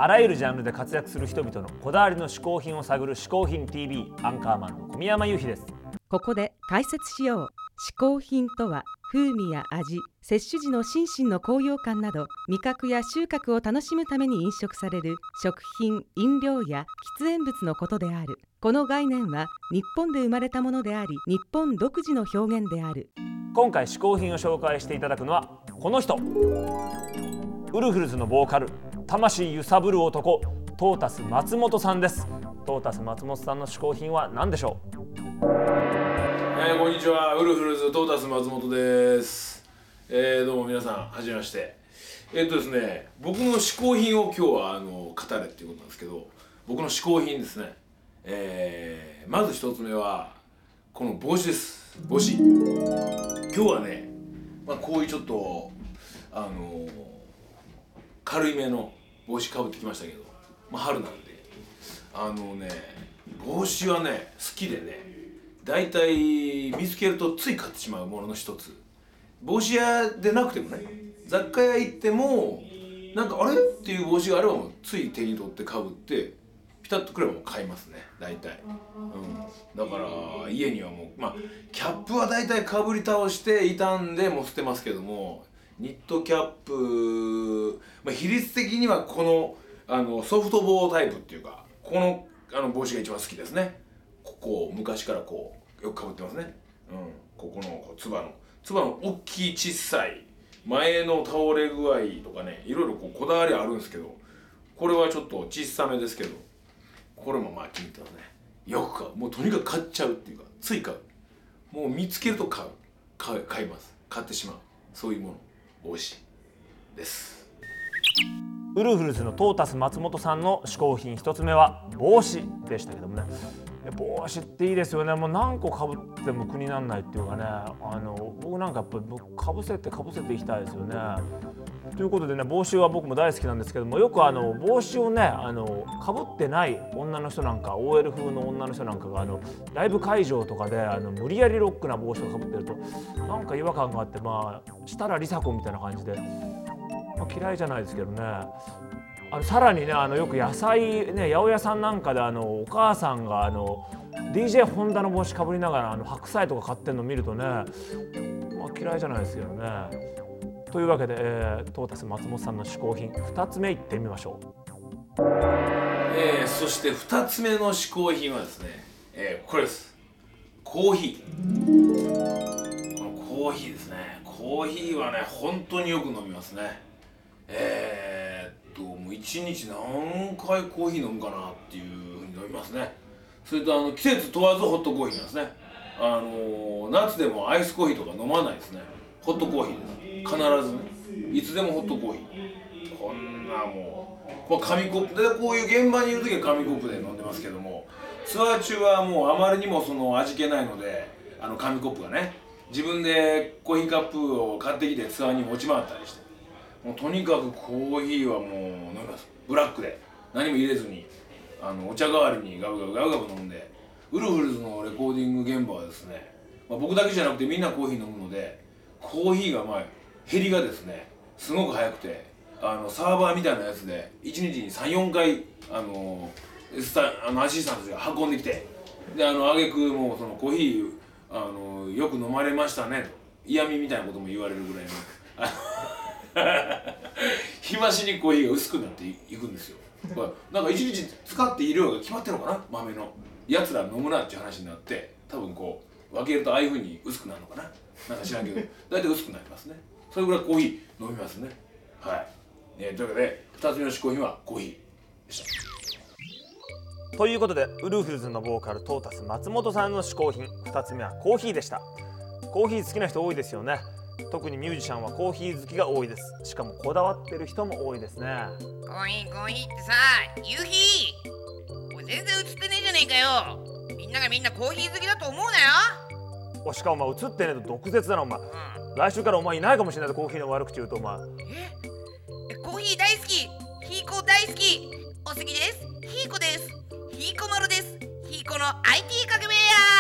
あらゆるジャンルで活躍する人々のこだわりの嗜好品を探る嗜好品 TV、 アンカーマンの小宮山雄飛です。 ここで解説しよう。嗜好品とは、風味や味、摂取時の心身の高揚感など、味覚や収穫を楽しむために飲食される食品、飲料や喫煙物のことである。この概念は日本で生まれたものであり、日本独自の表現である。 今回嗜好品を紹介していただくのはこの人、ウルフルズのボーカル、魂揺さぶる男、トータス松本さんです。トータス松本さんの嗜好品は何でしょう？ こんにちは、ウルフルズトータス松本です。どうも皆さん、はじめまして。ですね、僕の嗜好品を今日は語れっていうことなんですけど、僕の嗜好品ですね。まず一つ目はこの帽子です。帽子。今日はね、こういうちょっと軽いめの帽子かぶってきましたけど、春なんで帽子はね好きでね、だいたい見つけるとつい買ってしまうものの一つ。帽子屋でなくてもね、雑貨屋行ってもなんかあれっていう帽子があればもうつい手に取ってかぶってピタッとくればもう買いますね、大体。だから家にはもうキャップは大体かぶり倒して傷んでもう捨てますけども、ニットキャップ、比率的にはこのソフトボータイプっていうか、この帽子が一番好きですね。ここ昔からこうよくかぶってますね。ここのつばの大きい小さい前の倒れ具合とかね、いろいろこだわりあるんですけど、これはちょっと小さめですけど、これも気に入ってますね。よく買う。もうとにかく買っちゃうっていうか、つい買う。もう見つけると買います。買ってしまう。そういうもの、帽子です。 ウルフルズのトータス松本さんの嗜好品一つ目は帽子でしたけどもね、帽子っていいですよね。もう何個かぶっても苦にならないっていうかね、僕なんかやっぱりかぶせていきたいですよね。ということでね、帽子は僕も大好きなんですけども、よく帽子をねかぶってない女の人なんか、 OL 風の女の人なんかがライブ会場とかで無理やりロックな帽子をかぶってるとなんか違和感があって、したら梨紗子みたいな感じで、嫌いじゃないですけどね。さらにね、よく野菜ね、八百屋さんなんかでお母さんがDJ ホンダの帽子かぶりながら白菜とか買ってるの見るとね、嫌いじゃないですけどね。というわけで、トータス松本さんの嗜好品2つ目いってみましょう。そして2つ目の嗜好品はですね、これです。コーヒー。このコーヒーですね。コーヒーはね本当によく飲みますね。もう一日何回コーヒー飲むかなっていうふうに飲みますね。それと季節問わずホットコーヒーなんですね。夏でもアイスコーヒーとか飲まないですね。ホットコーヒーです。必ずね、いつでもホットコーヒー。こんなもう紙コップで、こういう現場にいる時は紙コップで飲んでますけども、ツアー中はもうあまりにも味気ないので、紙コップがね、自分でコーヒーカップを買ってきてツアーに持ち回ったりして、もうとにかくコーヒーはもう飲みます。ブラックで何も入れずにお茶代わりにガブガブ飲んで。ウルフルズのレコーディング現場はですね、僕だけじゃなくてみんなコーヒー飲むので、コーヒーが減りがですねすごく早くて、サーバーみたいなやつで1日に 3,4 回アシスタントが運んできて、で挙句もうそのコーヒーよく飲まれましたねと嫌味みたいなことも言われるぐらいの日増しにコーヒーが薄くなっていくんですよ。なんか一日使っている量が決まってるのかな、豆のやつら飲むなっていう話になって、多分こう分けるとああいう風に薄くなるのかな、なんか知らんけど大体薄くなりますね。それぐらいコーヒー飲みますね。はい、というわけで2つ目の嗜好品はコーヒーでした。 ということで、ウルフルズのボーカルトータス松本さんの嗜好品2つ目はコーヒーでした。コーヒー好きな人多いですよね。特にミュージシャンはコーヒー好きが多いです。しかもこだわってる人も多いですね。 コーヒーってさ、夕日全然映ってねえじゃねえかよ。みんながみんなコーヒー好きだと思うなよ。 しかも映ってねえと毒舌だなお前。来週からお前いないかもしれないとコーヒーの悪口言うとお前。 コーヒー大好き、ヒーコ大好き、おすぎです。ヒーコです。ヒーコマルです。ヒーコの IT 革命や